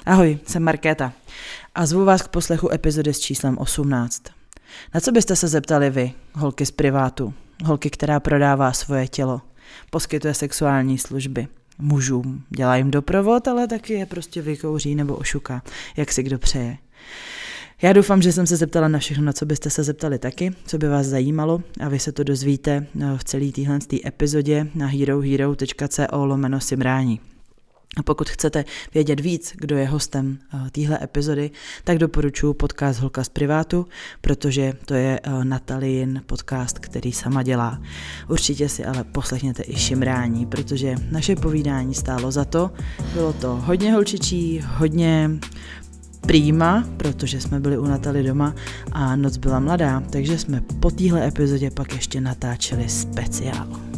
Ahoj, jsem Markéta a zvu vás k poslechu epizody s číslem 18. Na co byste se zeptali vy, holky z privátu, holky, která prodává svoje tělo, poskytuje sexuální služby mužům, dělá jim doprovod, ale taky je prostě vykouří nebo ošuká, jak si kdo přeje. Já doufám, že jsem se zeptala na všechno, na co byste se zeptali taky, co by vás zajímalo a vy se to dozvíte v celé téhle epizodě na herohero.co/simrání. A pokud chcete vědět víc, kdo je hostem téhle epizody, tak doporučuji podcast Holka z privátu, protože to je Natalijin podcast, který sama dělá. Určitě si ale poslechněte i šimrání, protože naše povídání stálo za to. Bylo to hodně holčičí, hodně prýma, protože jsme byli u Nataly doma a noc byla mladá, takže jsme po téhle epizodě pak ještě natáčeli speciál.